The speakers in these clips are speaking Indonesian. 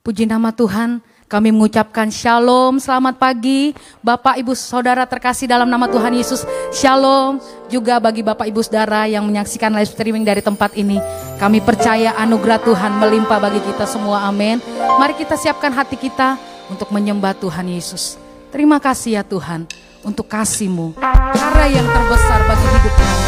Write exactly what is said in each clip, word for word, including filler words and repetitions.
Puji nama Tuhan, kami mengucapkan shalom, selamat pagi Bapak Ibu Saudara terkasih dalam nama Tuhan Yesus. Shalom juga bagi Bapak Ibu Saudara yang menyaksikan live streaming dari tempat ini. Kami percaya anugerah Tuhan melimpah bagi kita semua, amin. Mari kita siapkan hati kita untuk menyembah Tuhan Yesus. Terima kasih ya Tuhan untuk kasih-Mu, cara yang terbesar bagi hidup kami.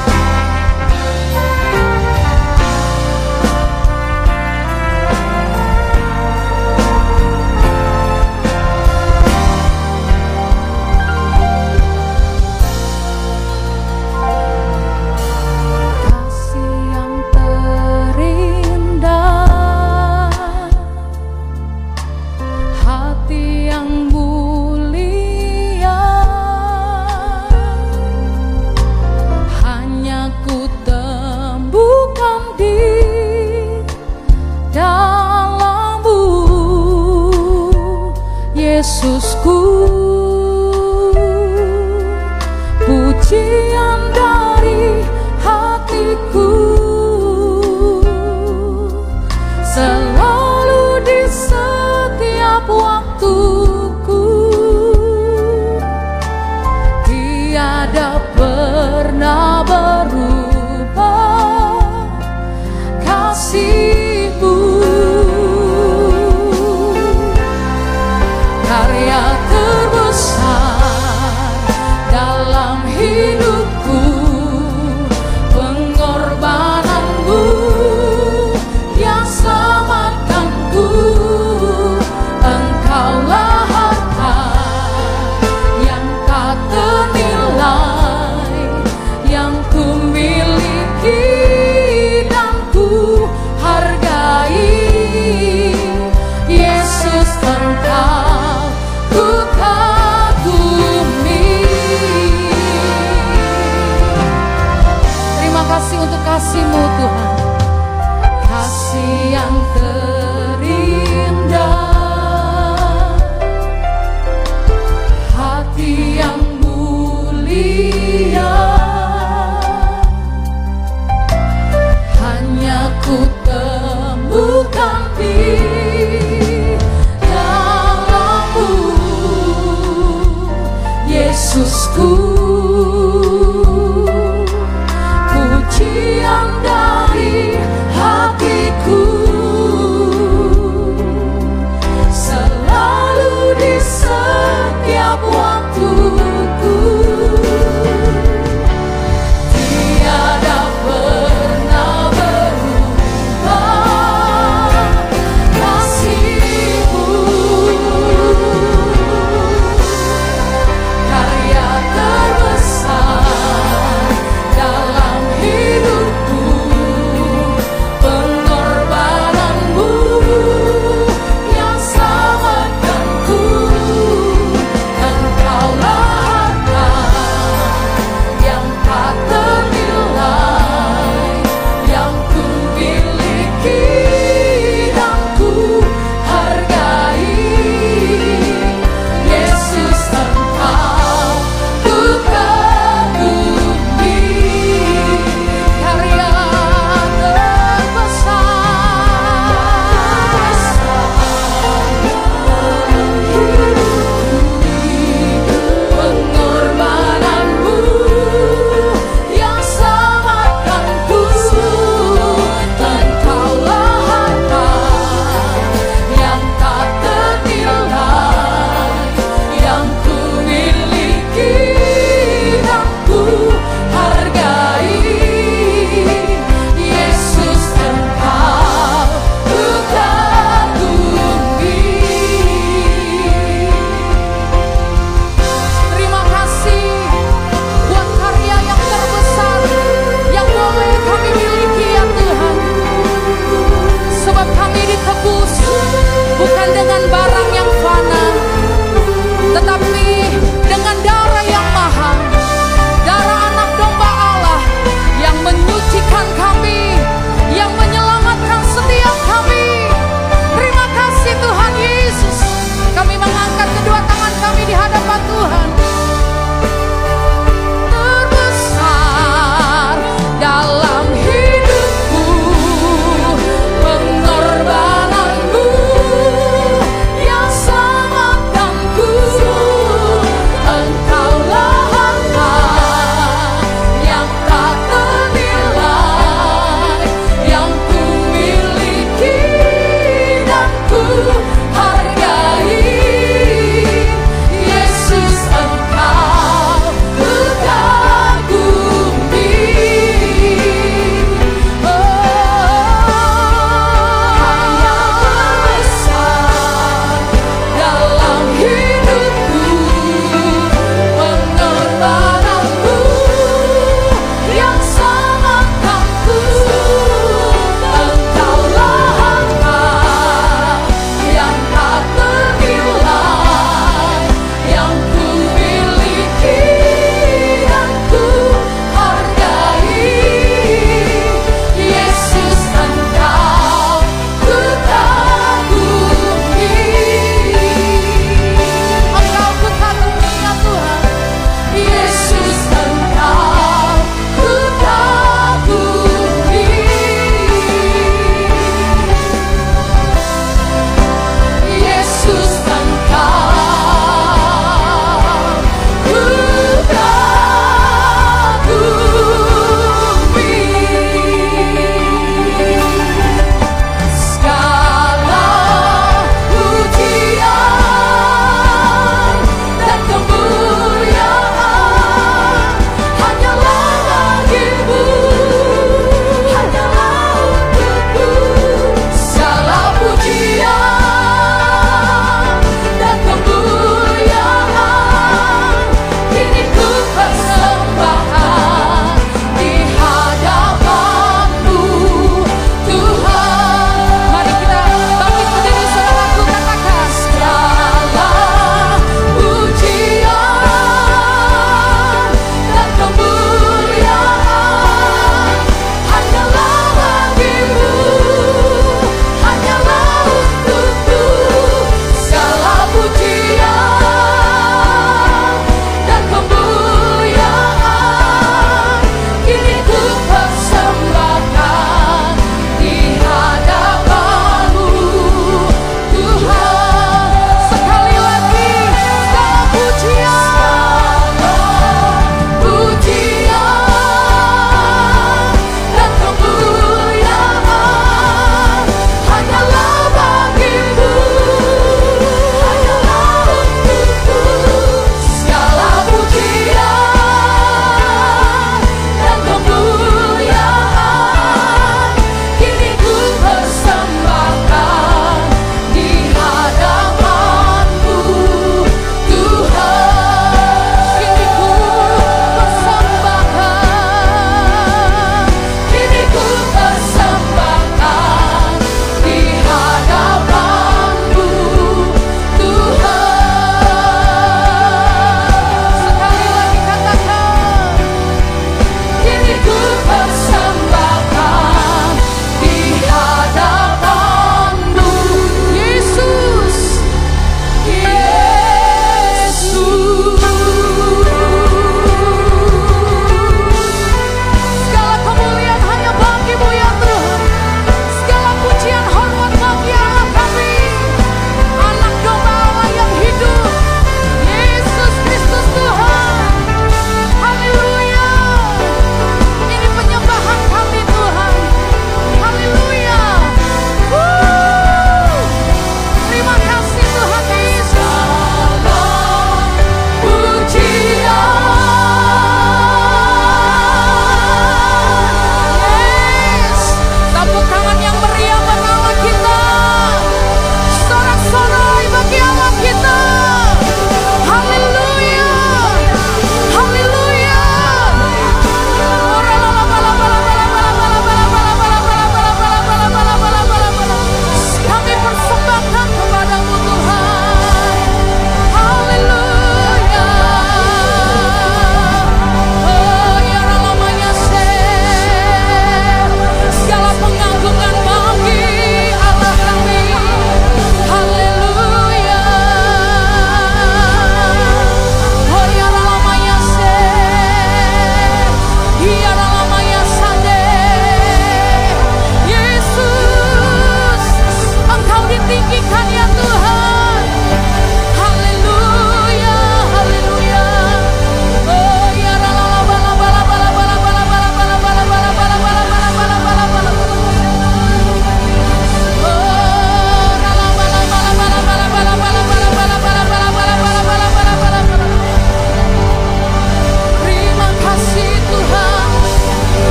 Yesusku, pujian dari hatiku, selalu di setiap waktuku, tiada pernah berubah kasih-Mu. Karya terbesar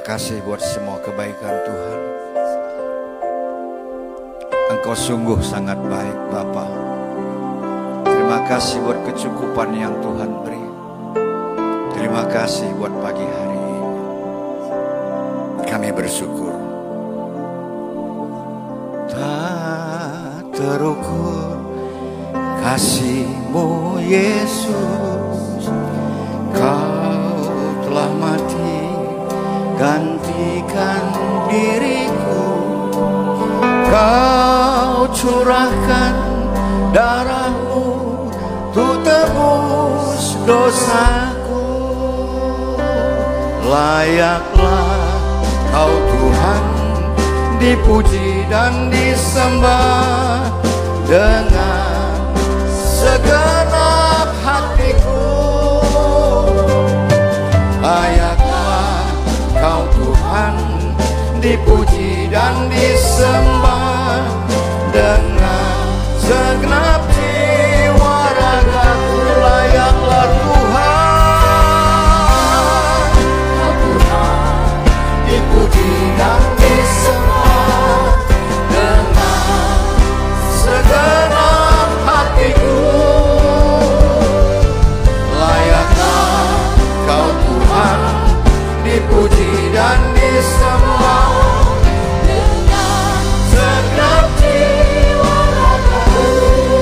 kasih buat semua kebaikan Tuhan. Engkau sungguh sangat baik Bapa. Terima kasih buat kecukupan yang Tuhan beri. Terima kasih buat pagi hari ini. Kami bersyukur. Tak terukur kasih-Mu Yesus. Kau telah mati gantikan diriku. Kau curahkan darah-Mu untuk tebus dosaku. Layaklah Kau Tuhan dipuji dan disembah dengan segenap hatiku. Layaklah Kau Tuhan dipuji dan disembah dengan segenap jiwa ragaku. Layaklah Tuhan, Kau Tuhan dipuji dan disembah dengan segenap hatiku. Layaklah Kau Tuhan dipuji dan disembah dengan segenap jiwa ragaku.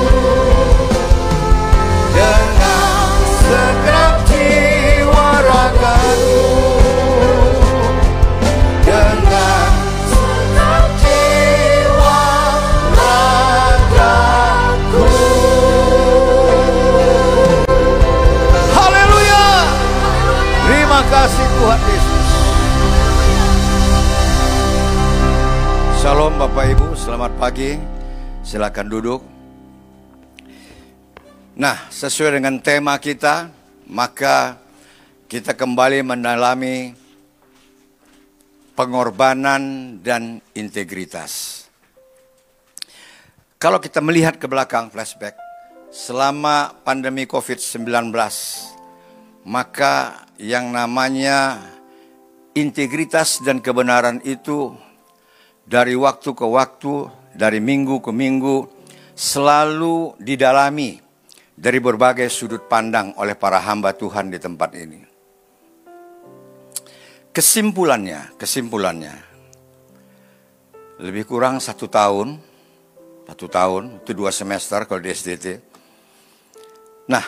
Dengan segenap jiwa ragaku. Dengan segenap jiwa ragaku. Haleluya. Terima kasih Tuhan Yesus. Shalom Bapak Ibu, selamat pagi. Silakan duduk. Nah, sesuai dengan tema kita, maka kita kembali mendalami pengorbanan dan integritas. Kalau kita melihat ke belakang, flashback, selama pandemi covid sembilan belas, maka yang namanya integritas dan kebenaran itu dari waktu ke waktu, dari minggu ke minggu, selalu didalami dari berbagai sudut pandang oleh para hamba Tuhan di tempat ini. Kesimpulannya, kesimpulannya, lebih kurang satu tahun, satu tahun, itu dua semester kalau di S D T. Nah,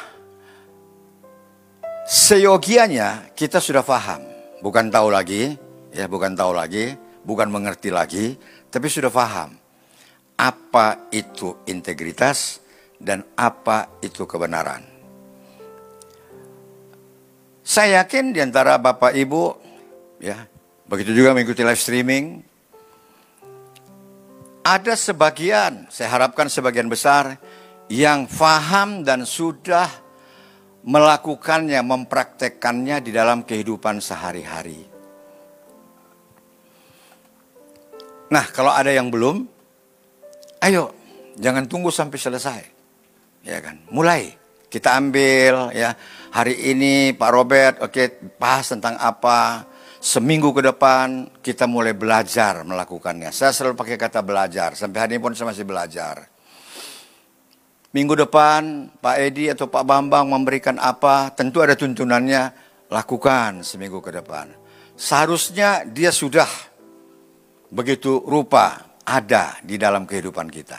seyogianya kita sudah paham, bukan tahu lagi, ya bukan tahu lagi, bukan mengerti lagi, tapi sudah paham apa itu integritas dan apa itu kebenaran. Saya yakin di antara Bapak Ibu, ya, begitu juga mengikuti live streaming, ada sebagian, saya harapkan sebagian besar yang paham dan sudah melakukannya, mempraktekkannya di dalam kehidupan sehari-hari. Nah, kalau ada yang belum, ayo jangan tunggu sampai selesai. Ya kan? Mulai kita ambil ya. Hari ini Pak Robert oke okay, bahas tentang apa? Seminggu ke depan kita mulai belajar melakukannya. Saya selalu pakai kata belajar. Sampai hari ini pun saya masih belajar. Minggu depan Pak Edi atau Pak Bambang memberikan apa? Tentu ada tuntunannya. Lakukan seminggu ke depan. Seharusnya dia sudah begitu rupa ada di dalam kehidupan kita.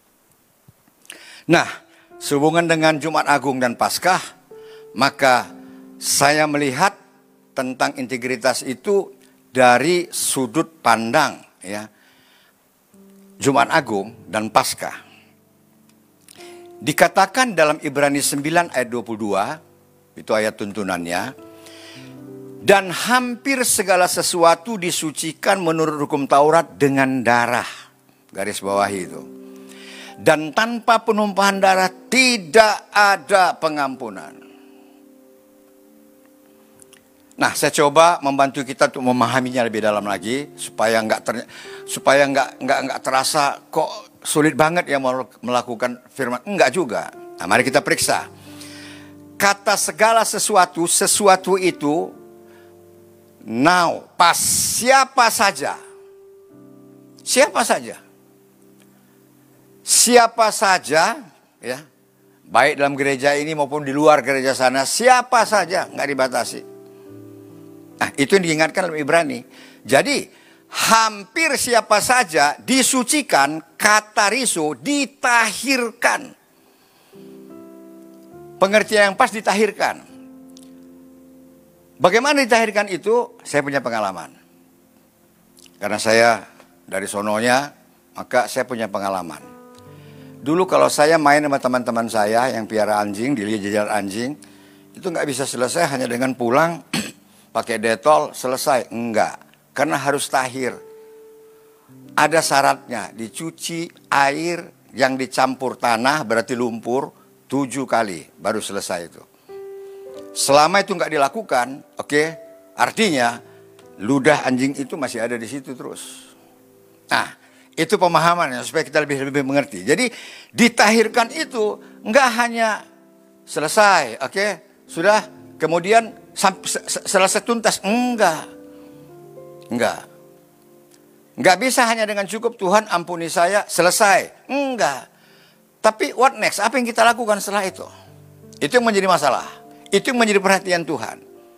Nah, sehubungan dengan Jumat Agung dan Paskah, maka saya melihat tentang integritas itu dari sudut pandang ya Jumat Agung dan Paskah. Dikatakan dalam Ibrani sembilan ayat dua puluh dua, itu ayat tuntunannya, dan hampir segala sesuatu disucikan menurut hukum Taurat dengan darah. Garis bawahi itu. Dan tanpa penumpahan darah tidak ada pengampunan. Nah, saya coba membantu kita untuk memahaminya lebih dalam lagi supaya nggak ter, supaya nggak nggak nggak terasa kok sulit banget ya melakukan firman. Enggak juga. Nah, mari kita periksa. Kata segala sesuatu, sesuatu itu now, pas siapa saja. Siapa saja. Siapa saja, ya. Baik dalam gereja ini maupun di luar gereja sana, siapa saja, nggak dibatasi. Nah, itu yang diingatkan dalam Ibrani. Jadi, hampir siapa saja disucikan, katariso, ditahirkan. Pengertian yang pas, ditahirkan. Bagaimana ditahirkan itu? Saya punya pengalaman. Karena saya dari sononya, maka saya punya pengalaman. Dulu kalau saya main sama teman-teman saya yang piara anjing, di jajar anjing, itu nggak bisa selesai hanya dengan pulang, pakai detol, selesai. Enggak, karena harus tahir. Ada syaratnya, dicuci air yang dicampur tanah, berarti lumpur, tujuh kali, baru selesai itu. Selama itu nggak dilakukan, oke, okay, artinya ludah anjing itu masih ada di situ terus. Nah, itu pemahamannya supaya kita lebih lebih mengerti. Jadi ditahirkan itu nggak hanya selesai, oke, okay, sudah kemudian selesai tuntas, enggak, enggak, enggak bisa hanya dengan cukup Tuhan ampuni saya selesai, enggak. Tapi what next? Apa yang kita lakukan setelah itu? Itu yang menjadi masalah. Itu yang menjadi perhatian Tuhan.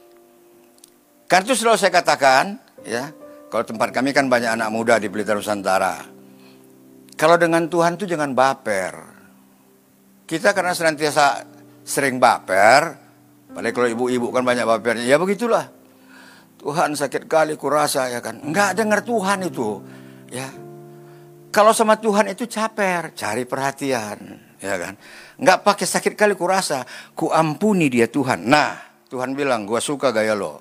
Karena itu selalu saya katakan, ya. Kalau tempat kami kan banyak anak muda di Pelita Nusantara. Kalau dengan Tuhan itu jangan baper. Kita karena senantiasa sering baper, padahal kalau ibu-ibu kan banyak bapernya. Ya begitulah. Tuhan sakit kali kurasa ya kan. Enggak dengar Tuhan itu. Ya. Kalau sama Tuhan itu caper, cari perhatian, ya kan. Enggak pakai sakit kali kurasa, ku ampuni dia Tuhan. Nah, Tuhan bilang, gua suka gaya lo.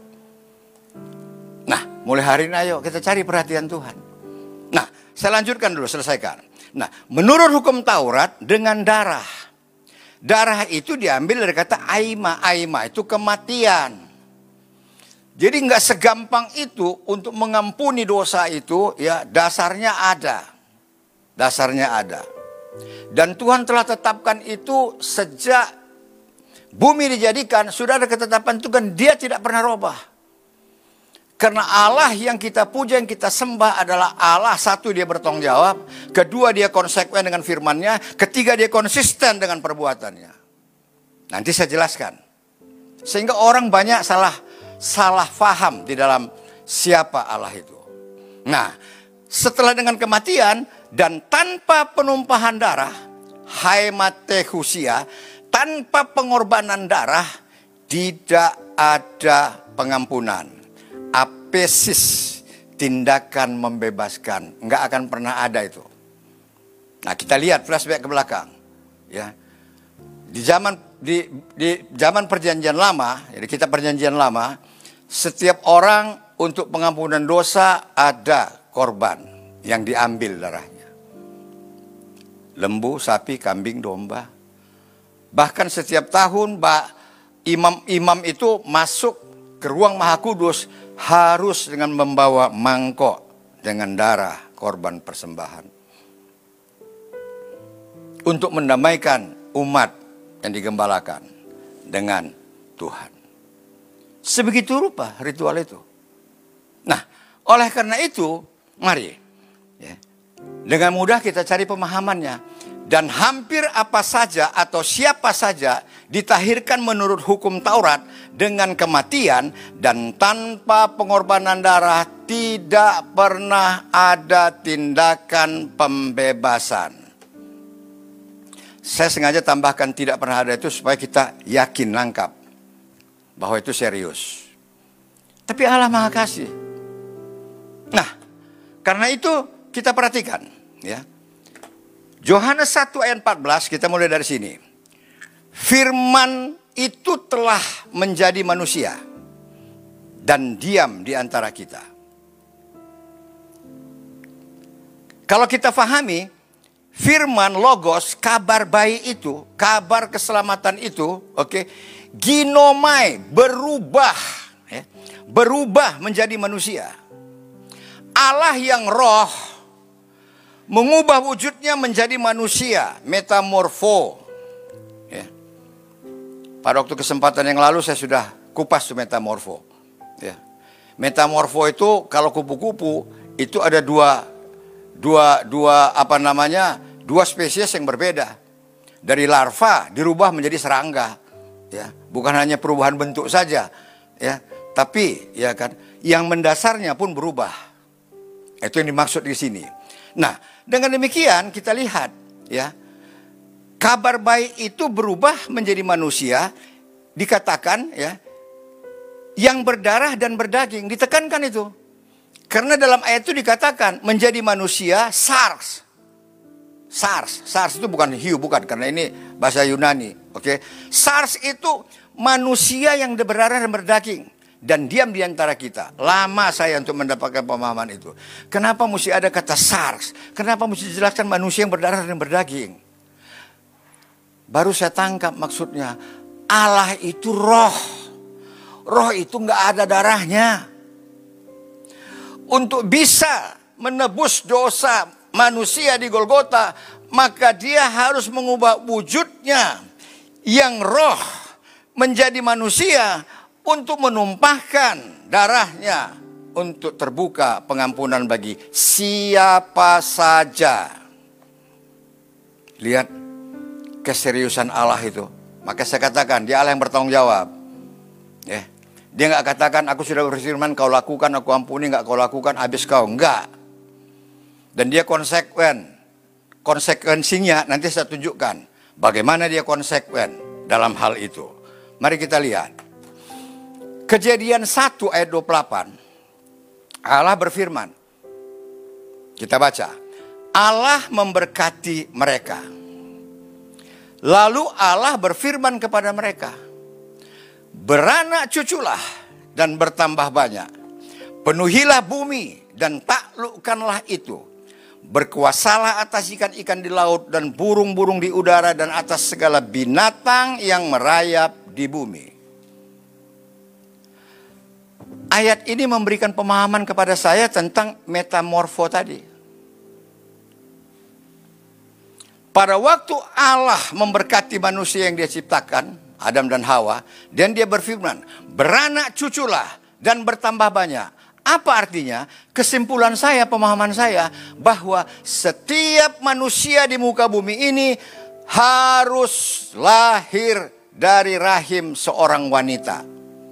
Nah, mulai hari ini ayo kita cari perhatian Tuhan. Nah, saya lanjutkan dulu, selesaikan. Nah, menurut hukum Taurat dengan darah. Darah itu diambil dari kata aima. Aima itu kematian. Jadi nggak segampang itu untuk mengampuni dosa itu, ya dasarnya ada. Dasarnya ada. Dan Tuhan telah tetapkan itu sejak bumi dijadikan, sudah ada ketetapan Tuhan, dia tidak pernah robah. Karena Allah yang kita puja, yang kita sembah adalah Allah. Satu, dia bertanggung jawab. Kedua, dia konsekuen dengan firman-Nya. Ketiga, dia konsisten dengan perbuatannya. Nanti saya jelaskan. Sehingga orang banyak salah salah faham di dalam siapa Allah itu. Nah, setelah dengan kematian dan tanpa penumpahan darah, haimatehusia, tanpa pengorbanan darah, tidak ada pengampunan. Apesis, tindakan membebaskan, nggak akan pernah ada itu. Nah, kita lihat flashback ke belakang, ya. Di zaman di di zaman perjanjian lama, jadi kita perjanjian lama, setiap orang untuk pengampunan dosa ada korban yang diambil darahnya. Lembu, sapi, kambing, domba. Bahkan setiap tahun imam-imam itu masuk ke ruang Maha Kudus harus dengan membawa mangkok dengan darah korban persembahan. Untuk mendamaikan umat yang digembalakan dengan Tuhan. Sebegitu rupa ritual itu. Nah, oleh karena itu, mari ya, dengan mudah kita cari pemahamannya. Dan hampir apa saja atau siapa saja ditahirkan menurut hukum Taurat dengan kematian dan tanpa pengorbanan darah, tidak pernah ada tindakan pembebasan. Saya sengaja tambahkan tidak pernah ada itu supaya kita yakin lengkap bahwa itu serius. Tapi Allah Maha Kasih. Nah, karena itu kita perhatikan, ya. Yohanes satu ayat empat belas, kita mulai dari sini. Firman itu telah menjadi manusia dan diam di antara kita. Kalau kita fahami, firman logos, kabar baik itu, kabar keselamatan itu, oke, okay, ginomai, berubah, ya, berubah menjadi manusia. Allah yang roh mengubah wujudnya menjadi manusia, metamorfo. Ya. Pada waktu kesempatan yang lalu saya sudah kupas tuh metamorfo. Ya. Metamorfo itu kalau kupu-kupu itu ada dua dua dua apa namanya? Dua spesies yang berbeda. Dari larva dirubah menjadi serangga, ya. Bukan hanya perubahan bentuk saja, ya, tapi ya kan yang mendasarnya pun berubah. Itu yang dimaksud di sini. Nah, dengan demikian kita lihat, ya, kabar baik itu berubah menjadi manusia, dikatakan, ya, yang berdarah dan berdaging, ditekankan itu. Karena dalam ayat itu dikatakan menjadi manusia SARS. SARS, SARS itu bukan hiu, bukan, karena ini bahasa Yunani, oke? SARS itu manusia yang berdarah dan berdaging dan diam di antara kita. Lama saya untuk mendapatkan pemahaman itu. Kenapa mesti ada kata SARS? Kenapa mesti dijelaskan manusia yang berdarah dan berdaging? Baru saya tangkap maksudnya. Allah itu roh. Roh itu nggak ada darahnya. Untuk bisa menebus dosa manusia di Golgota, maka dia harus mengubah wujudnya yang roh menjadi manusia untuk menumpahkan darahnya untuk terbuka pengampunan bagi siapa saja. Lihat keseriusan Allah itu. Maka saya katakan dia Allah yang bertanggung jawab. Ya. Dia nggak katakan aku sudah berfirman kau lakukan, aku ampuni, nggak kau lakukan habis kau. Enggak. Dan dia konsekuen. Konsekuensinya nanti saya tunjukkan bagaimana dia konsekuen dalam hal itu. Mari kita lihat. Kejadian satu ayat dua puluh delapan. Allah berfirman. Kita baca. Allah memberkati mereka. Lalu Allah berfirman kepada mereka. Beranak cuculah dan bertambah banyak. Penuhilah bumi dan taklukkanlah itu. Berkuasalah atas ikan-ikan di laut dan burung-burung di udara dan atas segala binatang yang merayap di bumi. Ayat ini memberikan pemahaman kepada saya tentang metamorfo tadi. Pada waktu Allah memberkati manusia yang dia ciptakan, Adam dan Hawa, dan dia berfirman, beranak cuculah dan bertambah banyak. Apa artinya? Kesimpulan saya, pemahaman saya, bahwa setiap manusia di muka bumi ini harus lahir dari rahim seorang wanita.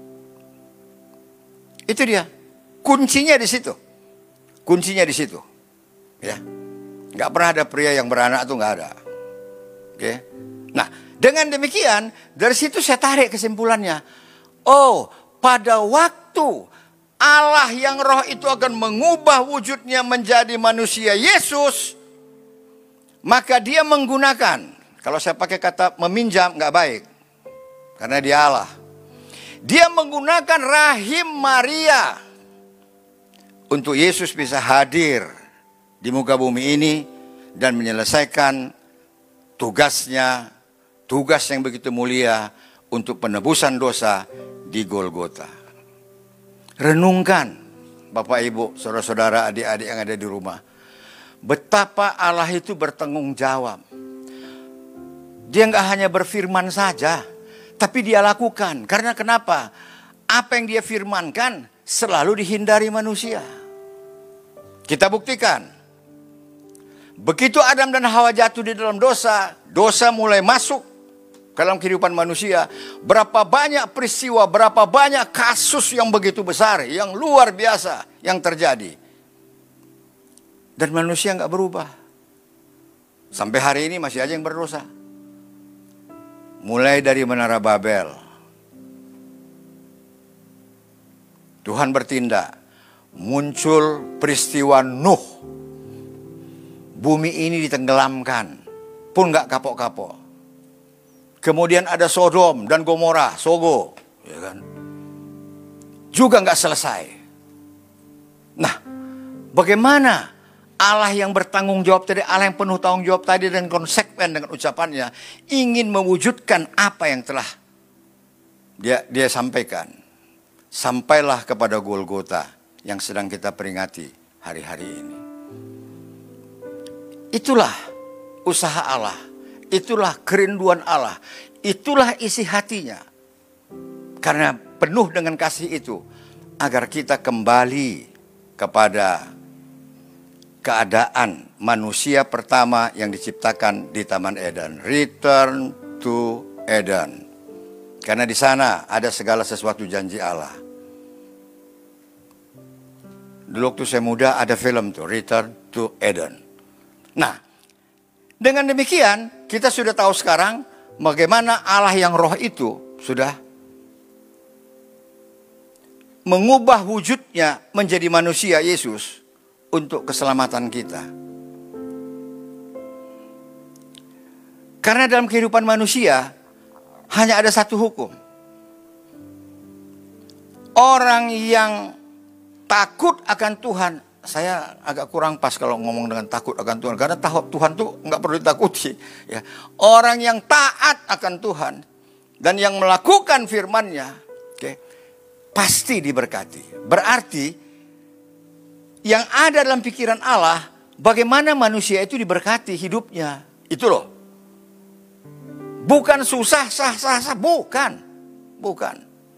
Itu dia. Kuncinya di situ. Kuncinya di situ. Ya. Nggak pernah ada pria yang beranak tuh nggak ada. Oke. Nah, dengan demikian dari situ saya tarik kesimpulannya. Oh, pada waktu Allah yang roh itu akan mengubah wujudnya menjadi manusia Yesus, maka dia menggunakan, kalau saya pakai kata meminjam nggak baik, karena dia Allah. Dia menggunakan rahim Maria untuk Yesus bisa hadir di muka bumi ini dan menyelesaikan tugasnya, tugas yang begitu mulia untuk penebusan dosa di Golgota. Renungkan, Bapak Ibu, saudara-saudara, adik-adik yang ada di rumah. Betapa Allah itu bertanggung jawab. Dia nggak hanya berfirman saja, tapi dia lakukan. Karena kenapa? Apa yang dia firmankan selalu dihindari manusia. Kita buktikan. Begitu Adam dan Hawa jatuh di dalam dosa, dosa mulai masuk dalam kehidupan manusia. Berapa banyak peristiwa, berapa banyak kasus yang begitu besar, yang luar biasa yang terjadi. Dan manusia nggak berubah. Sampai hari ini masih aja yang berdosa. Mulai dari Menara Babel. Tuhan bertindak. Muncul peristiwa Nuh. Bumi ini ditenggelamkan. Pun nggak kapok-kapok. Kemudian ada Sodom dan Gomora, Sogo, ya kan? Juga nggak selesai. Nah, bagaimana Allah yang bertanggung jawab tadi, Allah yang penuh tanggung jawab tadi dan konsekuen dengan ucapannya, ingin mewujudkan apa yang telah dia dia sampaikan. Sampailah kepada Golgota yang sedang kita peringati hari-hari ini. Itulah usaha Allah. Itulah kerinduan Allah. Itulah isi hatinya. Karena penuh dengan kasih itu, agar kita kembali kepada keadaan manusia pertama yang diciptakan di Taman Eden. Return to Eden. Karena di sana ada segala sesuatu janji Allah. Dulu waktu saya muda ada film tuh, Return to Eden. Nah, dengan demikian kita sudah tahu sekarang bagaimana Allah yang roh itu sudah mengubah wujudnya menjadi manusia Yesus untuk keselamatan kita. Karena dalam kehidupan manusia hanya ada satu hukum. Orang yang takut akan Tuhan, saya agak kurang pas kalau ngomong dengan takut akan Tuhan, karena takut Tuhan tuh nggak perlu ditakuti. Ya. Orang yang taat akan Tuhan dan yang melakukan firman-Nya, okay, pasti diberkati. Berarti yang ada dalam pikiran Allah, bagaimana manusia itu diberkati hidupnya, itu loh. Bukan susah, sah, sah, sah, bukan, bukan.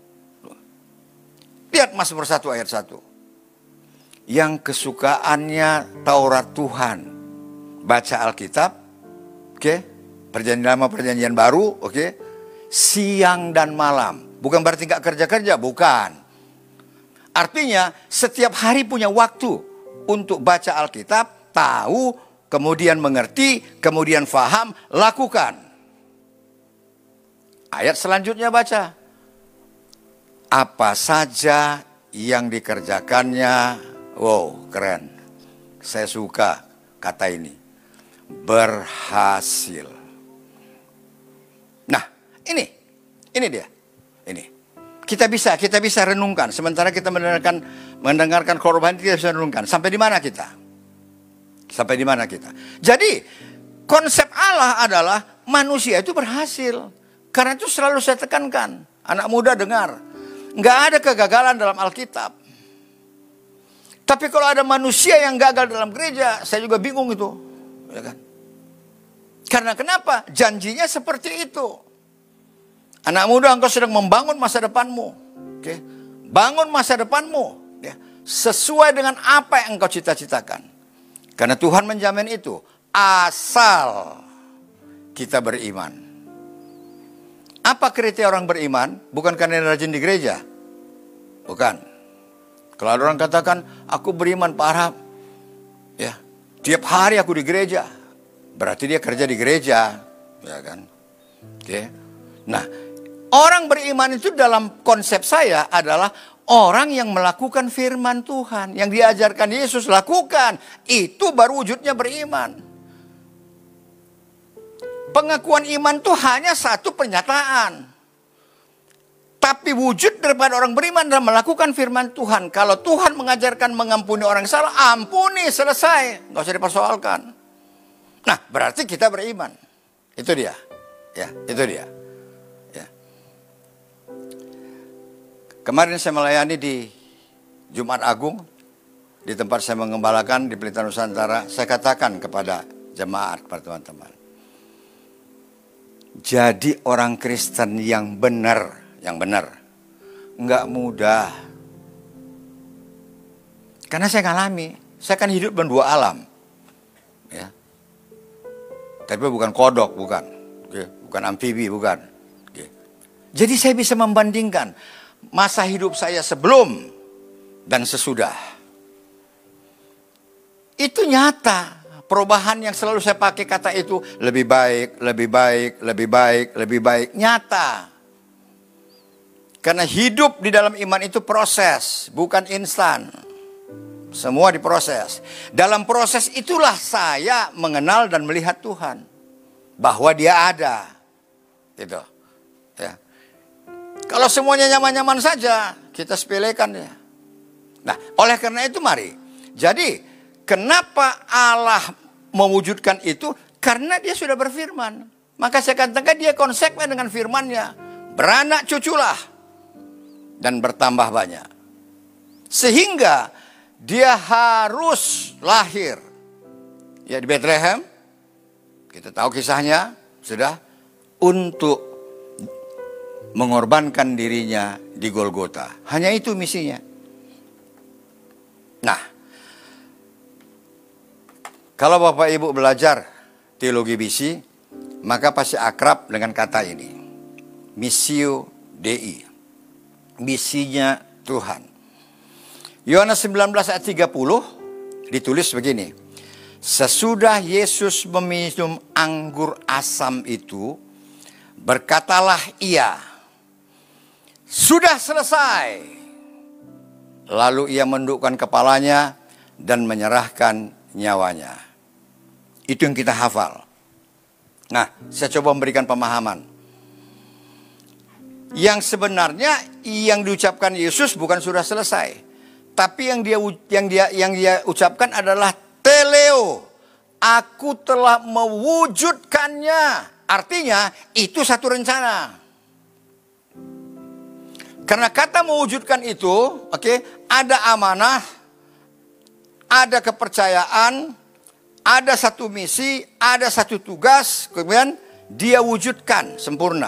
Lihat Mazmur satu ayat satu. Yang kesukaannya Taurat Tuhan, baca Alkitab, oke, okay? Perjanjian Lama, Perjanjian Baru, oke, okay? Siang dan malam. Bukan berarti gak kerja-kerja, bukan. Artinya setiap hari punya waktu untuk baca Alkitab, tahu, kemudian mengerti, kemudian faham, lakukan. Ayat selanjutnya baca. Apa saja yang dikerjakannya. Wow, keren. Saya suka kata ini. Berhasil. Nah, ini. Ini dia. Ini. Kita bisa, kita bisa renungkan. Sementara kita mendengarkan mendengarkan korban, kita bisa renungkan. Sampai di mana kita? Sampai di mana kita? Jadi, konsep Allah adalah manusia itu berhasil. Karena itu selalu saya tekankan. Anak muda dengar. Nggak ada kegagalan dalam Alkitab. Tapi kalau ada manusia yang gagal dalam gereja, saya juga bingung itu. Ya kan? Karena kenapa? Janjinya seperti itu. Anak muda, engkau sedang membangun masa depanmu. Okay? Bangun masa depanmu. Ya. Sesuai dengan apa yang engkau cita-citakan. Karena Tuhan menjamin itu. Asal kita beriman. Apa kriteria orang beriman? Bukan karena rajin di gereja. Bukan. Kalau ada orang katakan, aku beriman Pak Arhab, ya, tiap hari aku di gereja, berarti dia kerja di gereja, ya kan? Oke. Nah, orang beriman itu dalam konsep saya adalah orang yang melakukan firman Tuhan, yang diajarkan Yesus lakukan, itu baru wujudnya beriman. Pengakuan iman itu hanya satu pernyataan. Tapi wujud daripada orang beriman adalah melakukan firman Tuhan. Kalau Tuhan mengajarkan mengampuni orang salah, ampuni, selesai. Nggak usah dipersoalkan. Nah, berarti kita beriman. Itu dia. Ya, itu dia. Ya. Kemarin saya melayani di Jumat Agung. Di tempat saya mengembalakan di Pelita Nusantara. Saya katakan kepada jemaat, kepada teman-teman. Jadi orang Kristen yang benar. Yang benar, nggak mudah. Karena saya ngalami, saya kan hidup dalam dua alam, ya. Tapi bukan kodok, bukan, okay. Bukan amfibi, bukan. Okay. Jadi saya bisa membandingkan masa hidup saya sebelum dan sesudah. Itu nyata. Perubahan yang selalu saya pakai kata itu lebih baik, lebih baik, lebih baik, lebih baik, nyata. Karena hidup di dalam iman itu proses, bukan instan. Semua diproses. Dalam proses itulah saya mengenal dan melihat Tuhan. Bahwa dia ada. Gitu. Ya. Kalau semuanya nyaman-nyaman saja, kita sepelekan ya. Nah, oleh karena itu mari. Jadi, kenapa Allah mewujudkan itu? Karena dia sudah berfirman. Maka saya katakan dia konsekuen dengan firman-Nya. Beranak cuculah. Dan bertambah banyak. Sehingga dia harus lahir. Ya di Bethlehem. Kita tahu kisahnya. Sudah. Untuk mengorbankan dirinya di Golgota. Hanya itu misinya. Nah, kalau Bapak Ibu belajar teologi misi, maka pasti akrab dengan kata ini. Missio Dei. Misinya Tuhan. Yohanes sembilan belas ayat tiga puluh ditulis begini. Sesudah Yesus meminum anggur asam itu, berkatalah ia, sudah selesai. Lalu ia mendukkan kepalanya dan menyerahkan nyawanya. Itu yang kita hafal. Nah, saya coba memberikan pemahaman. Yang sebenarnya yang diucapkan Yesus bukan sudah selesai, tapi yang dia yang dia yang dia ucapkan adalah teleo. Aku telah mewujudkannya. Artinya itu satu rencana. Karena kata mewujudkan itu, oke, okay, ada amanah, ada kepercayaan, ada satu misi, ada satu tugas, kemudian dia wujudkan sempurna.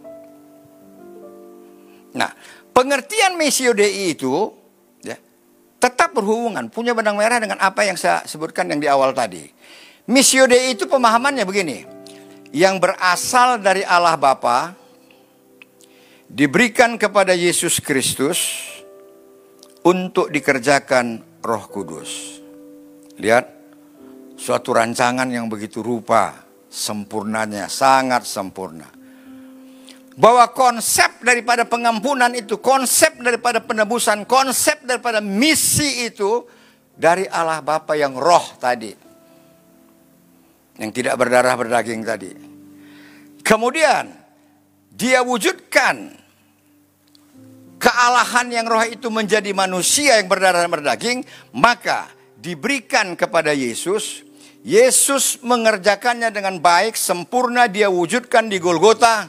Nah, pengertian Missio Dei itu ya, tetap berhubungan, punya benang merah dengan apa yang saya sebutkan yang di awal tadi. Missio Dei itu pemahamannya begini, yang berasal dari Allah Bapa, diberikan kepada Yesus Kristus untuk dikerjakan Roh Kudus. Lihat, suatu rancangan yang begitu rupa, sempurnanya, sangat sempurna. Bahwa konsep daripada pengampunan itu, konsep daripada penebusan, konsep daripada misi itu dari Allah Bapa yang roh tadi. Yang tidak berdarah berdaging tadi. Kemudian dia wujudkan kealahan yang roh itu menjadi manusia yang berdarah dan berdaging, maka diberikan kepada Yesus. Yesus mengerjakannya dengan baik, sempurna, dia wujudkan di Golgota.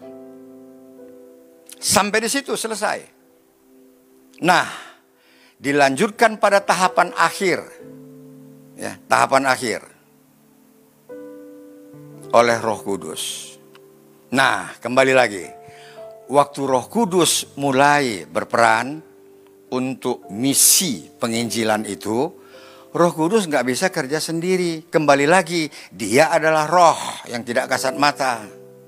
Sampai di situ selesai. Nah, dilanjutkan pada tahapan akhir. Ya, tahapan akhir. Oleh Roh Kudus. Nah, kembali lagi. Waktu Roh Kudus mulai berperan untuk misi penginjilan itu, Roh Kudus nggak bisa kerja sendiri. Kembali lagi, dia adalah roh yang tidak kasat mata.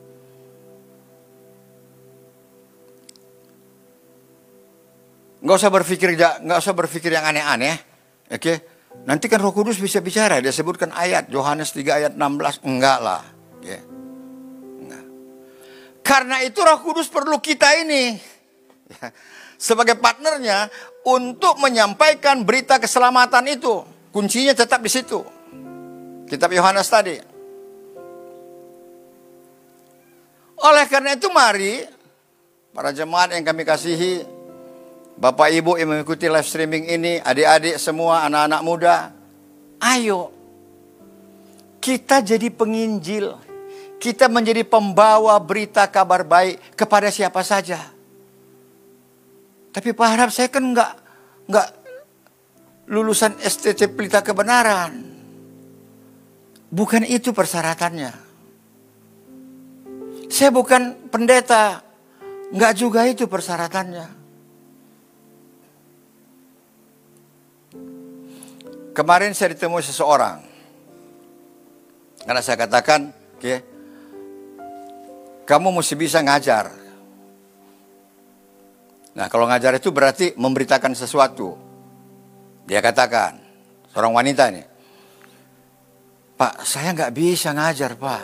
Nggak usah berpikir, nggak usah berpikir yang aneh-aneh, oke? Okay? Nanti kan Roh Kudus bisa bicara, dia sebutkan ayat Yohanes tiga ayat enam belas, enggak lah. Okay? Enggak. Karena itu Roh Kudus perlu kita ini sebagai partnernya untuk menyampaikan berita keselamatan itu. Kuncinya tetap di situ. Kitab Yohanes tadi. Oleh karena itu mari para jemaat yang kami kasihi, Bapak Ibu yang mengikuti live streaming ini, adik-adik semua, anak-anak muda, ayo kita jadi penginjil. Kita menjadi pembawa berita kabar baik kepada siapa saja. Tapi Pak Harap, saya kan enggak, enggak lulusan S T T Pelita Kebenaran. Bukan itu persyaratannya. Saya bukan pendeta. Enggak juga itu persyaratannya. Kemarin saya ditemui seseorang. Karena saya katakan, oke, okay, kamu mesti bisa ngajar. Nah, kalau ngajar itu berarti memberitakan sesuatu. Dia katakan, seorang wanita ini, Pak, saya nggak bisa ngajar, Pak.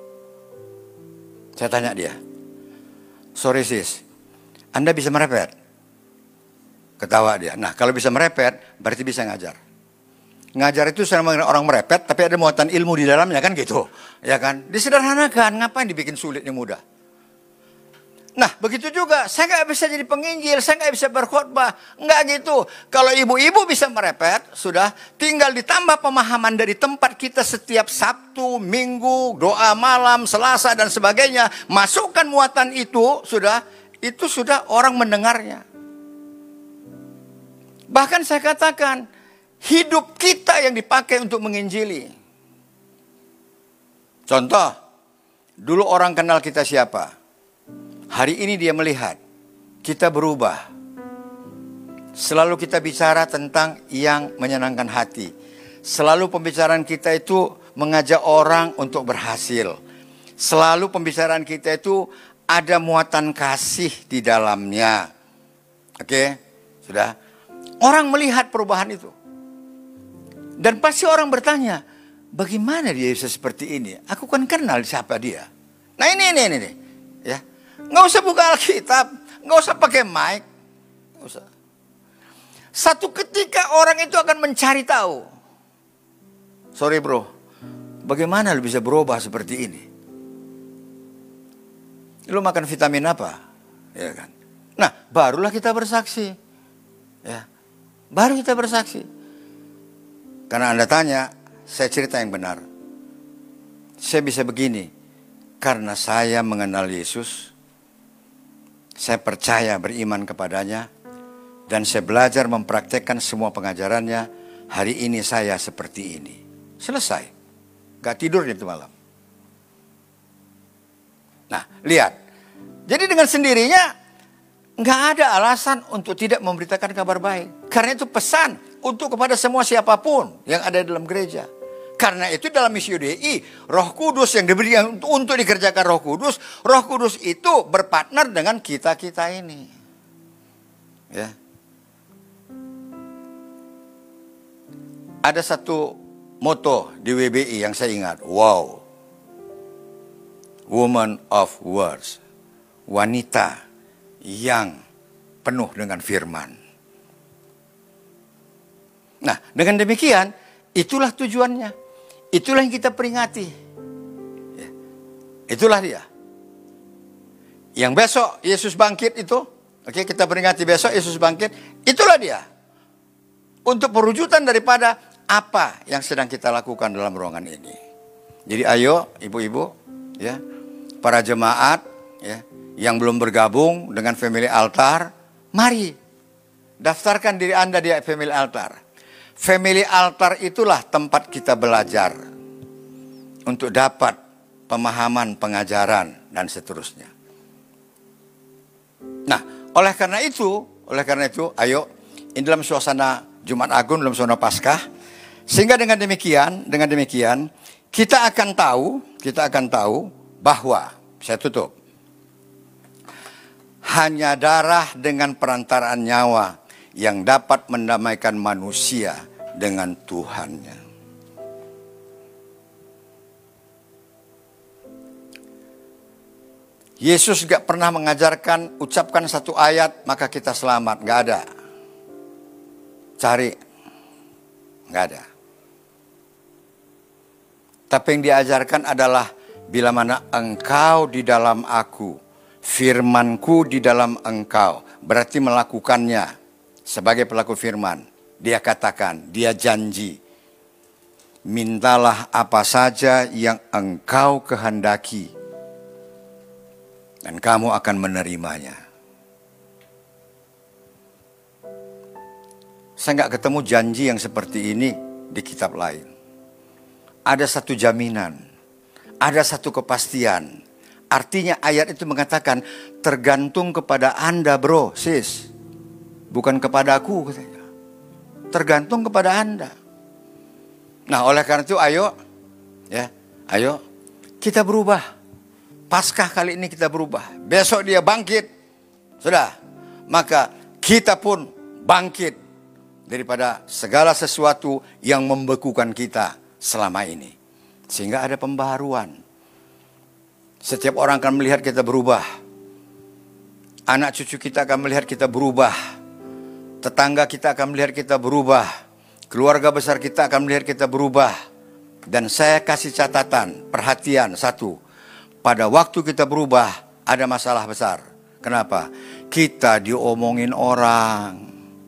Saya tanya dia, sorry sis, Anda bisa merepet? Ketawa dia. Nah, kalau bisa merepet, berarti bisa ngajar. Ngajar itu sama orang merepet, tapi ada muatan ilmu di dalamnya, kan gitu. Ya kan? Disederhanakan, ngapain dibikin sulitnya mudah? Nah, begitu juga, saya nggak bisa jadi penginjil, saya nggak bisa berkhotbah. Nggak gitu. Kalau ibu-ibu bisa merepet, sudah tinggal ditambah pemahaman dari tempat kita setiap Sabtu, Minggu, doa malam, Selasa, dan sebagainya. Masukkan muatan itu, sudah, itu sudah orang mendengarnya. Bahkan saya katakan, hidup kita yang dipakai untuk menginjili. Contoh, dulu orang kenal kita siapa? Hari ini dia melihat kita berubah. Selalu kita bicara tentang yang menyenangkan hati. Selalu pembicaraan kita itu mengajak orang untuk berhasil. Selalu pembicaraan kita itu ada muatan kasih di dalamnya. Oke, sudah. Orang melihat perubahan itu. Dan pasti orang bertanya, bagaimana dia bisa seperti ini? Aku kan kenal siapa dia. Nah ini, ini, ini. ini. Ya. Nggak usah buka Alkitab. Nggak usah pakai mic. Nggak usah. Satu ketika orang itu akan mencari tahu. Sorry bro, bagaimana lu bisa berubah seperti ini? Lu makan vitamin apa? Ya kan? Nah, barulah kita bersaksi. Ya. Baru kita bersaksi. Karena Anda tanya, saya cerita yang benar. Saya bisa begini karena saya mengenal Yesus. Saya percaya beriman kepadanya dan saya belajar mempraktekkan semua pengajarannya. Hari ini saya seperti ini. Selesai. Gak tidur itu malam. Nah, lihat. Jadi dengan sendirinya nggak ada alasan untuk tidak memberitakan kabar baik. Karena itu pesan untuk kepada semua siapapun yang ada dalam gereja. Karena itu dalam misi U D I, Roh Kudus yang diberikan untuk dikerjakan Roh Kudus, Roh Kudus itu berpartner dengan kita-kita ini. Ya. Ada satu moto di W B I yang saya ingat. Wow. Woman of words. Wanita yang penuh dengan firman. Nah, dengan demikian, itulah tujuannya. Itulah yang kita peringati. Ya. Itulah dia. Yang besok Yesus bangkit itu, oke, kita peringati besok Yesus bangkit, itulah dia. Untuk perwujudan daripada apa yang sedang kita lakukan dalam ruangan ini. Jadi ayo ibu-ibu, ya, para jemaat, ya, yang belum bergabung dengan Family Altar, mari daftarkan diri Anda di Family Altar. Family Altar itulah tempat kita belajar untuk dapat pemahaman, pengajaran dan seterusnya. Nah, oleh karena itu, oleh karena itu, ayo, ini dalam suasana Jumat Agung, dalam suasana Paskah, sehingga dengan demikian, dengan demikian, kita akan tahu, kita akan tahu bahwa, saya tutup, hanya darah dengan perantaraan nyawa yang dapat mendamaikan manusia dengan Tuhannya. Yesus gak pernah mengajarkan, ucapkan satu ayat, maka kita selamat. Gak ada. Cari. Gak ada. Tapi yang diajarkan adalah, bila mana engkau di dalam aku, firmanku di dalam engkau. Berarti melakukannya sebagai pelaku firman. Dia katakan, dia janji. Mintalah apa saja yang engkau kehendaki. Dan kamu akan menerimanya. Saya nggak ketemu janji yang seperti ini di kitab lain. Ada satu jaminan. Ada satu kepastian. Artinya ayat itu mengatakan tergantung kepada Anda bro, sis. Bukan kepada aku katanya. Tergantung kepada Anda. Nah, oleh karena itu ayo ya, ayo kita berubah. Paskah kali ini kita berubah. Besok dia bangkit. Sudah. Maka kita pun bangkit daripada segala sesuatu yang membekukan kita selama ini. Sehingga ada pembaharuan. Setiap orang akan melihat kita berubah. Anak cucu kita akan melihat kita berubah. Tetangga kita akan melihat kita berubah. Keluarga besar kita akan melihat kita berubah. Dan saya kasih catatan, perhatian satu. Pada waktu kita berubah, ada masalah besar. Kenapa? Kita diomongin orang.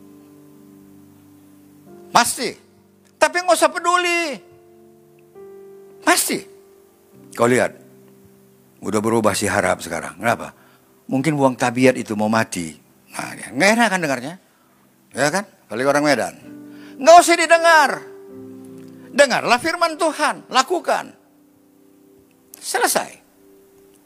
Pasti. Tapi nggak usah peduli. Pasti. Kau lihat. Udah berubah si Harap sekarang. Kenapa? Mungkin buang tabiat itu mau mati. Nah, nggak enak kan dengarnya? Ya kan? Balik orang Medan. Nggak usah didengar. Dengarlah firman Tuhan. Lakukan. Selesai.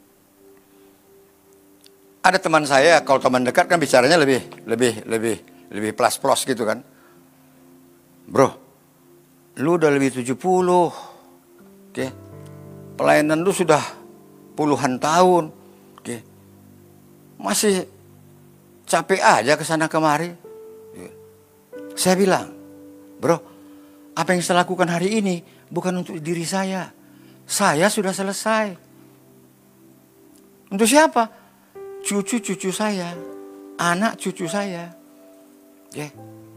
Ada teman saya, kalau teman dekat kan bicaranya lebih lebih lebih lebih plus-plus gitu kan. Bro, lu udah lebih tujuh puluh. Oke. Pelayanan lu sudah puluhan tahun. Oke. Masih capek aja ke sana kemari. Saya bilang, bro, apa yang saya lakukan hari ini bukan untuk diri saya. Saya sudah selesai. Untuk siapa? Cucu-cucu saya, anak cucu saya. Oke.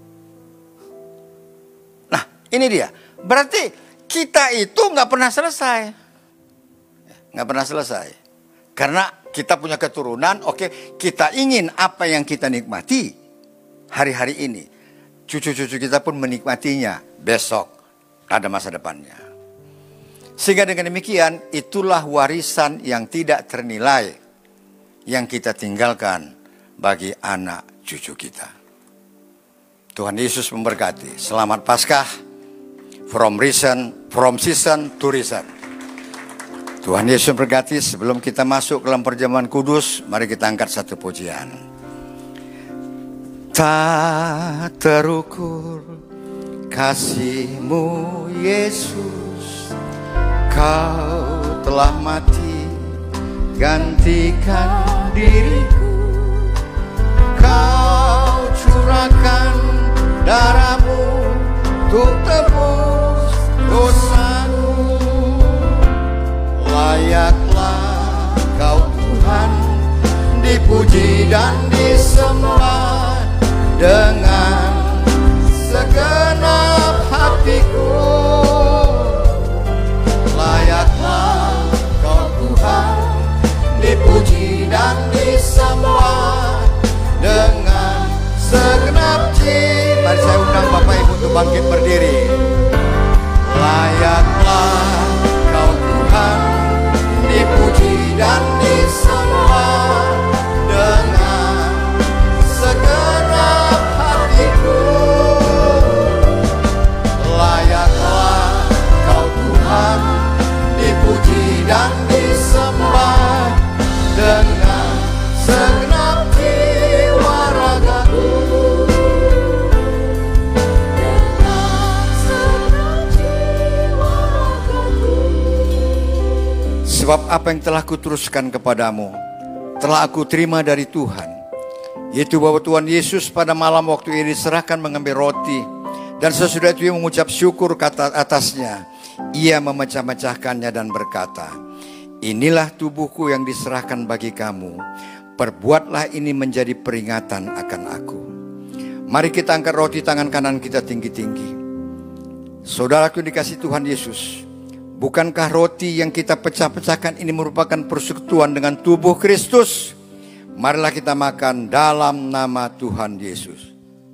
Nah, ini dia. Berarti kita itu nggak pernah selesai, nggak pernah selesai. Karena kita punya keturunan. Oke, kita ingin apa yang kita nikmati hari-hari ini, cucu-cucu kita pun menikmatinya besok, ada masa depannya. Sehingga dengan demikian, itulah warisan yang tidak ternilai yang kita tinggalkan bagi anak cucu kita. Tuhan Yesus memberkati. Selamat Paskah. From reason, from season to reason. Tuhan Yesus memberkati. Sebelum kita masuk ke dalam perjamuan kudus, mari kita angkat satu pujian. Tak terukur kasih-Mu Yesus, Kau telah mati gantikan diriku. Kau curahkan darah-Mu untuk tebus dosaku. Layaklah Kau Tuhan dipuji dan disembah dengan segenap hatiku. Layaklah Kau Tuhan dipuji dan disembah dengan segenap jiwa. Mari saya undang Bapak Ibu untuk bangkit berdiri. Layaklah Kau Tuhan dipuji dan disembah dengan segenap hatiku. Layaklah Kau Tuhan dipuji dan disembah dengan segenap jiwa ragaku. Sebab apa yang telah kuteruskan kepadamu telah aku terima dari Tuhan, yaitu bahwa Tuhan Yesus pada malam waktu ia diserahkan mengambil roti, dan sesudah itu ia mengucap syukur kata atasnya, ia memecah-mecahkannya dan berkata, inilah tubuhku yang diserahkan bagi kamu, perbuatlah ini menjadi peringatan akan aku. Mari kita angkat roti tangan kanan kita tinggi-tinggi. Saudaraku dikasih Tuhan Yesus, bukankah roti yang kita pecah-pecahkan ini merupakan persekutuan dengan tubuh Kristus? Marilah kita makan dalam nama Tuhan Yesus.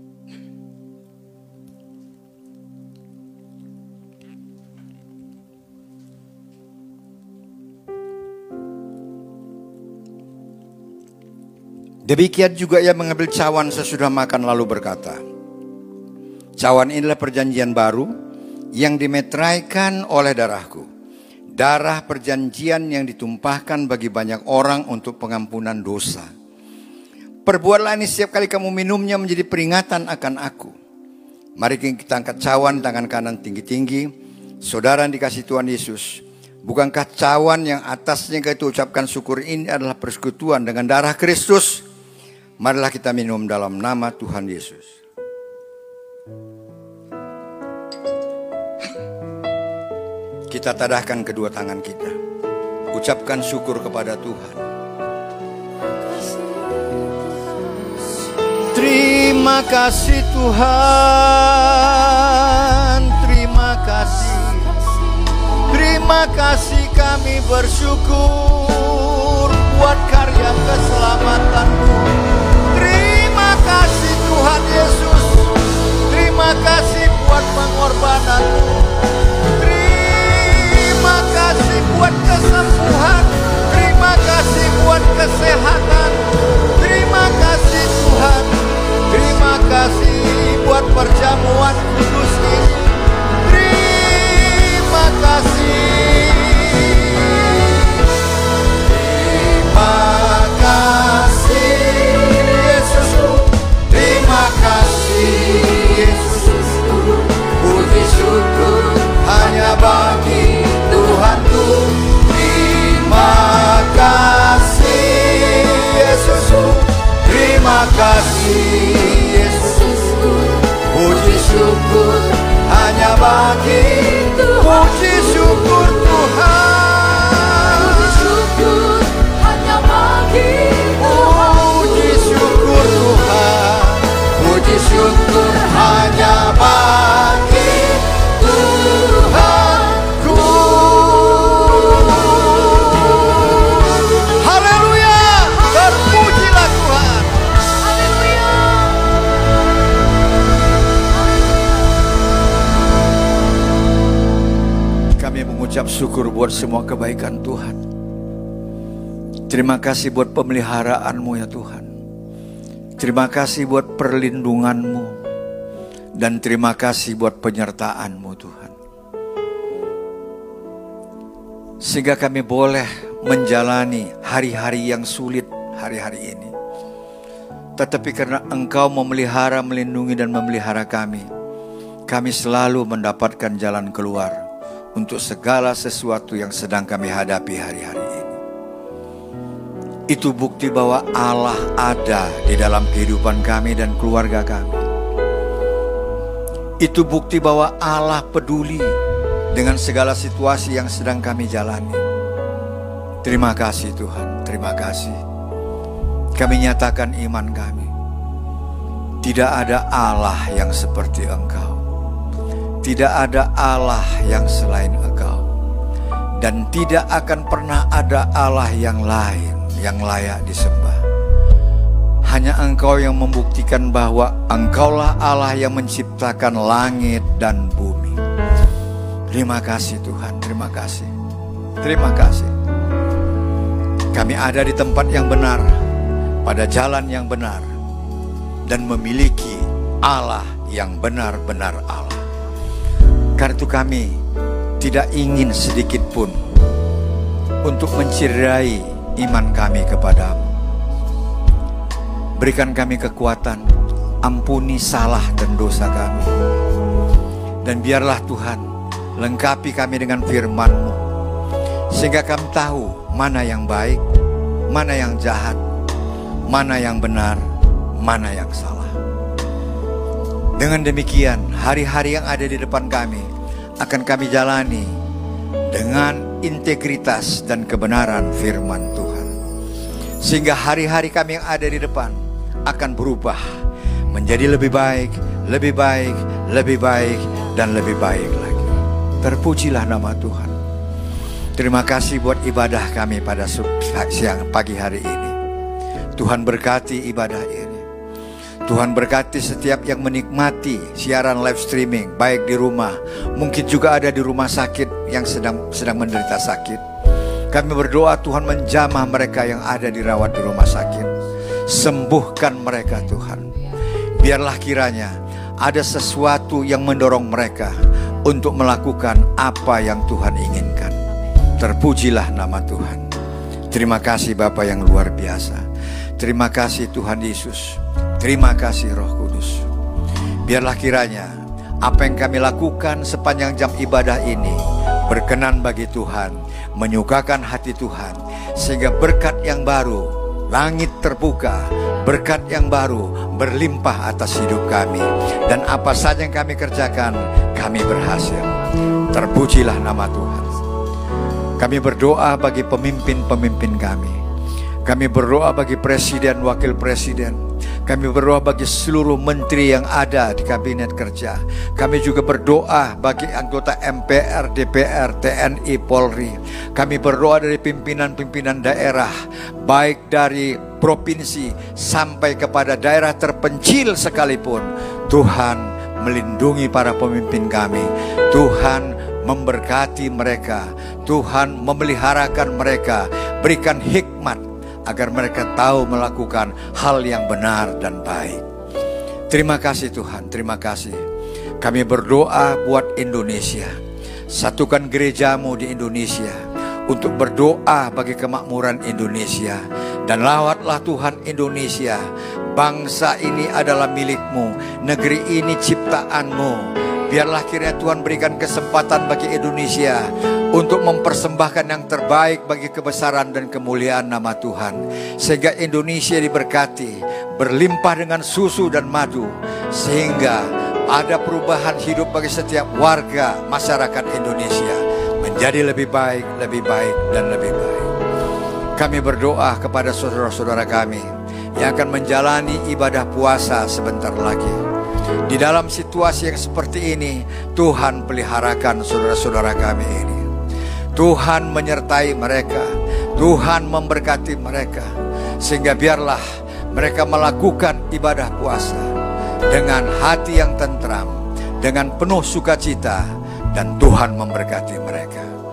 Demikian juga ia mengambil cawan sesudah makan lalu berkata, cawan inilah perjanjian baru yang dimeteraikan oleh darahku. Darah perjanjian yang ditumpahkan bagi banyak orang untuk pengampunan dosa. Perbuatlah ini setiap kali kamu minumnya menjadi peringatan akan aku. Mari kita angkat cawan tangan kanan tinggi-tinggi. Saudara yang dikasih Tuhan Yesus, bukankah cawan yang atasnya kita ucapkan syukur ini adalah persekutuan dengan darah Kristus? Marilah kita minum dalam nama Tuhan Yesus. Kita tadahkan kedua tangan kita. Ucapkan syukur kepada Tuhan. Terima kasih Tuhan. Terima kasih. Terima kasih kami bersyukur buat karya keselamatan-Mu. Terima kasih Tuhan Yesus. Terima kasih buat pengorbanan-Mu. Terima kasih buat kesembuhan. Terima kasih buat kesehatan. Terima kasih Tuhan. Terima kasih buat perjamuan kudus ini. Terima kasih. Terima kasih Yesus. Terima mengucap syukur buat semua kebaikan Tuhan. Terima kasih buat pemeliharaanmu ya Tuhan. Terima kasih buat perlindunganmu. Dan terima kasih buat penyertaanmu Tuhan. Sehingga kami boleh menjalani hari-hari yang sulit hari-hari ini. Tetapi karena Engkau memelihara, melindungi dan memelihara kami, kami selalu mendapatkan jalan keluar untuk segala sesuatu yang sedang kami hadapi hari-hari ini. Itu bukti bahwa Allah ada di dalam kehidupan kami dan keluarga kami. Itu bukti bahwa Allah peduli dengan segala situasi yang sedang kami jalani. Terima kasih Tuhan, terima kasih. Kami nyatakan iman kami. Tidak ada Allah yang seperti Engkau. Tidak ada Allah yang selain Engkau. Dan tidak akan pernah ada Allah yang lain yang layak disembah. Hanya Engkau yang membuktikan bahwa Engkaulah Allah yang menciptakan langit dan bumi. Terima kasih Tuhan, terima kasih. Terima kasih. Kami ada di tempat yang benar, pada jalan yang benar, dan memiliki Allah yang benar-benar Allah. Karena itu kami tidak ingin sedikit pun untuk menciderai iman kami kepadamu. Berikan kami kekuatan, ampuni salah dan dosa kami. Dan biarlah Tuhan lengkapi kami dengan firman-Mu, sehingga kami tahu mana yang baik, mana yang jahat, mana yang benar, mana yang salah. Dengan demikian, hari-hari yang ada di depan kami akan kami jalani dengan integritas dan kebenaran firman Tuhan. Sehingga hari-hari kami yang ada di depan akan berubah menjadi lebih baik, lebih baik, lebih baik, dan lebih baik lagi. Terpujilah nama Tuhan. Terima kasih buat ibadah kami pada siang pagi hari ini. Tuhan berkati ibadah ini. Tuhan berkati setiap yang menikmati siaran live streaming, baik di rumah, mungkin juga ada di rumah sakit yang sedang sedang menderita sakit. Kami berdoa Tuhan menjamah mereka yang ada dirawat di rumah sakit. Sembuhkan mereka Tuhan. Biarlah kiranya ada sesuatu yang mendorong mereka untuk melakukan apa yang Tuhan inginkan. Terpujilah nama Tuhan. Terima kasih Bapa yang luar biasa. Terima kasih Tuhan Yesus. Terima kasih Roh Kudus. Biarlah kiranya apa yang kami lakukan sepanjang jam ibadah ini berkenan bagi Tuhan, menyukakan hati Tuhan, sehingga berkat yang baru, langit terbuka, berkat yang baru berlimpah atas hidup kami. Dan apa saja yang kami kerjakan, kami berhasil. Terpujilah nama Tuhan. Kami berdoa bagi pemimpin-pemimpin kami. Kami berdoa bagi presiden, wakil presiden. Kami berdoa bagi seluruh menteri yang ada di kabinet kerja. Kami juga berdoa bagi anggota M P R, D P R, T N I, Polri. Kami berdoa dari pimpinan-pimpinan daerah, baik dari provinsi sampai kepada daerah terpencil sekalipun. Tuhan melindungi para pemimpin kami. Tuhan memberkati mereka. Tuhan memeliharakan mereka. Berikan hikmat agar mereka tahu melakukan hal yang benar dan baik. Terima kasih Tuhan, terima kasih. Kami berdoa buat Indonesia. Satukan gerejamu di Indonesia untuk berdoa bagi kemakmuran Indonesia. Dan lawatlah Tuhan Indonesia. Bangsa ini adalah milikmu, negeri ini ciptaanmu. Biarlah kiranya Tuhan berikan kesempatan bagi Indonesia untuk mempersembahkan yang terbaik bagi kebesaran dan kemuliaan nama Tuhan. Sehingga Indonesia diberkati, berlimpah dengan susu dan madu. Sehingga ada perubahan hidup bagi setiap warga masyarakat Indonesia. Menjadi lebih baik, lebih baik, dan lebih baik. Kami berdoa kepada saudara-saudara kami yang akan menjalani ibadah puasa sebentar lagi. Di dalam situasi yang seperti ini, Tuhan peliharakan saudara-saudara kami ini. Tuhan menyertai mereka, Tuhan memberkati mereka, sehingga biarlah mereka melakukan ibadah puasa dengan hati yang tentram, dengan penuh sukacita, dan Tuhan memberkati mereka.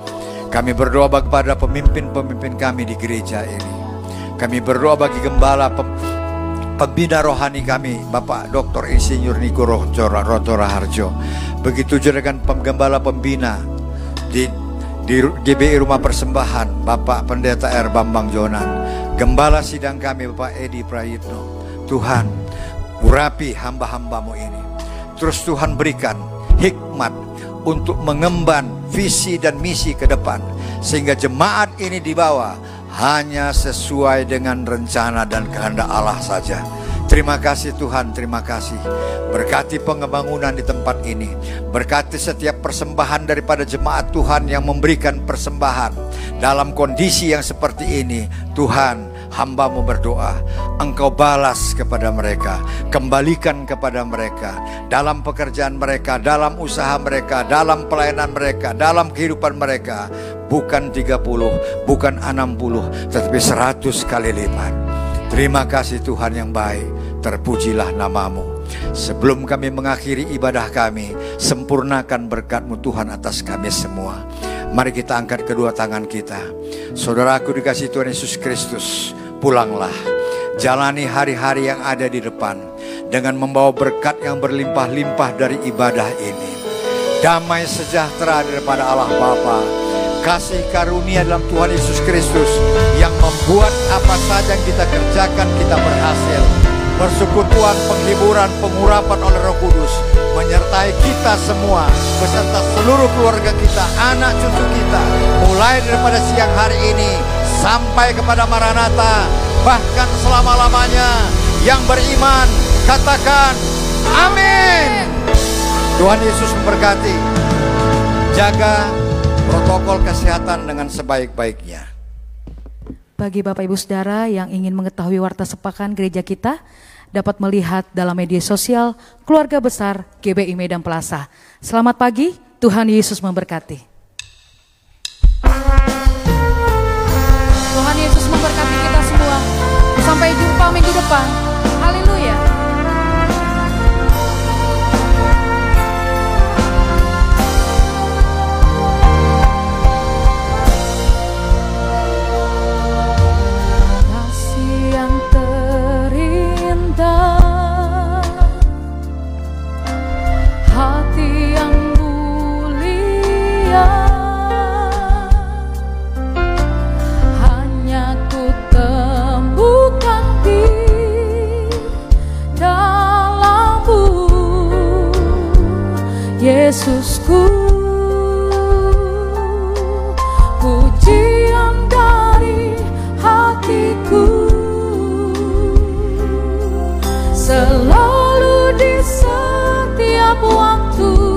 Kami berdoa kepada pemimpin-pemimpin kami di gereja ini. Kami berdoa bagi gembala pem- pembina rohani kami, Bapak Doktor Insinyur Niko Rotora, Rotora Harjo. Begitu juga dengan penggembala pembina di, di G B I Rumah Persembahan, Bapak Pendeta R. Bambang Jonan. Gembala sidang kami, Bapak Edi Prayitno. Tuhan, urapi hamba-hambamu ini. Terus Tuhan berikan hikmat untuk mengemban visi dan misi ke depan, sehingga jemaat ini dibawa hanya sesuai dengan rencana dan kehendak Allah saja. Terima kasih Tuhan, terima kasih. Berkati pembangunan di tempat ini. Berkati setiap persembahan daripada jemaat Tuhan yang memberikan persembahan. Dalam kondisi yang seperti ini, Tuhan, hamba-Mu berdoa, Engkau balas kepada mereka, kembalikan kepada mereka, dalam pekerjaan mereka, dalam usaha mereka, dalam pelayanan mereka, dalam kehidupan mereka. Bukan tiga puluh, bukan enam puluh, tetapi seratus kali lipat. Terima kasih Tuhan yang baik, terpujilah nama-Mu. Sebelum kami mengakhiri ibadah kami, sempurnakan berkat-Mu Tuhan atas kami semua. Mari kita angkat kedua tangan kita. Saudaraku dikasihi Tuhan Yesus Kristus, pulanglah. Jalani hari-hari yang ada di depan dengan membawa berkat yang berlimpah-limpah dari ibadah ini. Damai sejahtera daripada Allah Bapa, kasih karunia dalam Tuhan Yesus Kristus yang membuat apa saja yang kita kerjakan kita berhasil. Persekutuan, penghiburan, pengurapan oleh Roh Kudus menyertai kita semua beserta seluruh keluarga kita, anak cucu kita, mulai daripada siang hari ini sampai kepada Maranatha, bahkan selama-lamanya. Yang beriman katakan amin. Tuhan Yesus memberkati. Jaga protokol kesehatan dengan sebaik-baiknya. Bagi Bapak Ibu Saudara yang ingin mengetahui warta sepakan gereja kita, dapat melihat dalam media sosial Keluarga Besar G B I Medan Plaza. Selamat pagi, Tuhan Yesus memberkati. Tuhan Yesus memberkati kita semua. Sampai jumpa minggu depan. Haleluya. Hati yang mulia hanya ku temukan di dalam-Mu, Yesusku. Pujian dari hatiku selalu di setiap waktu.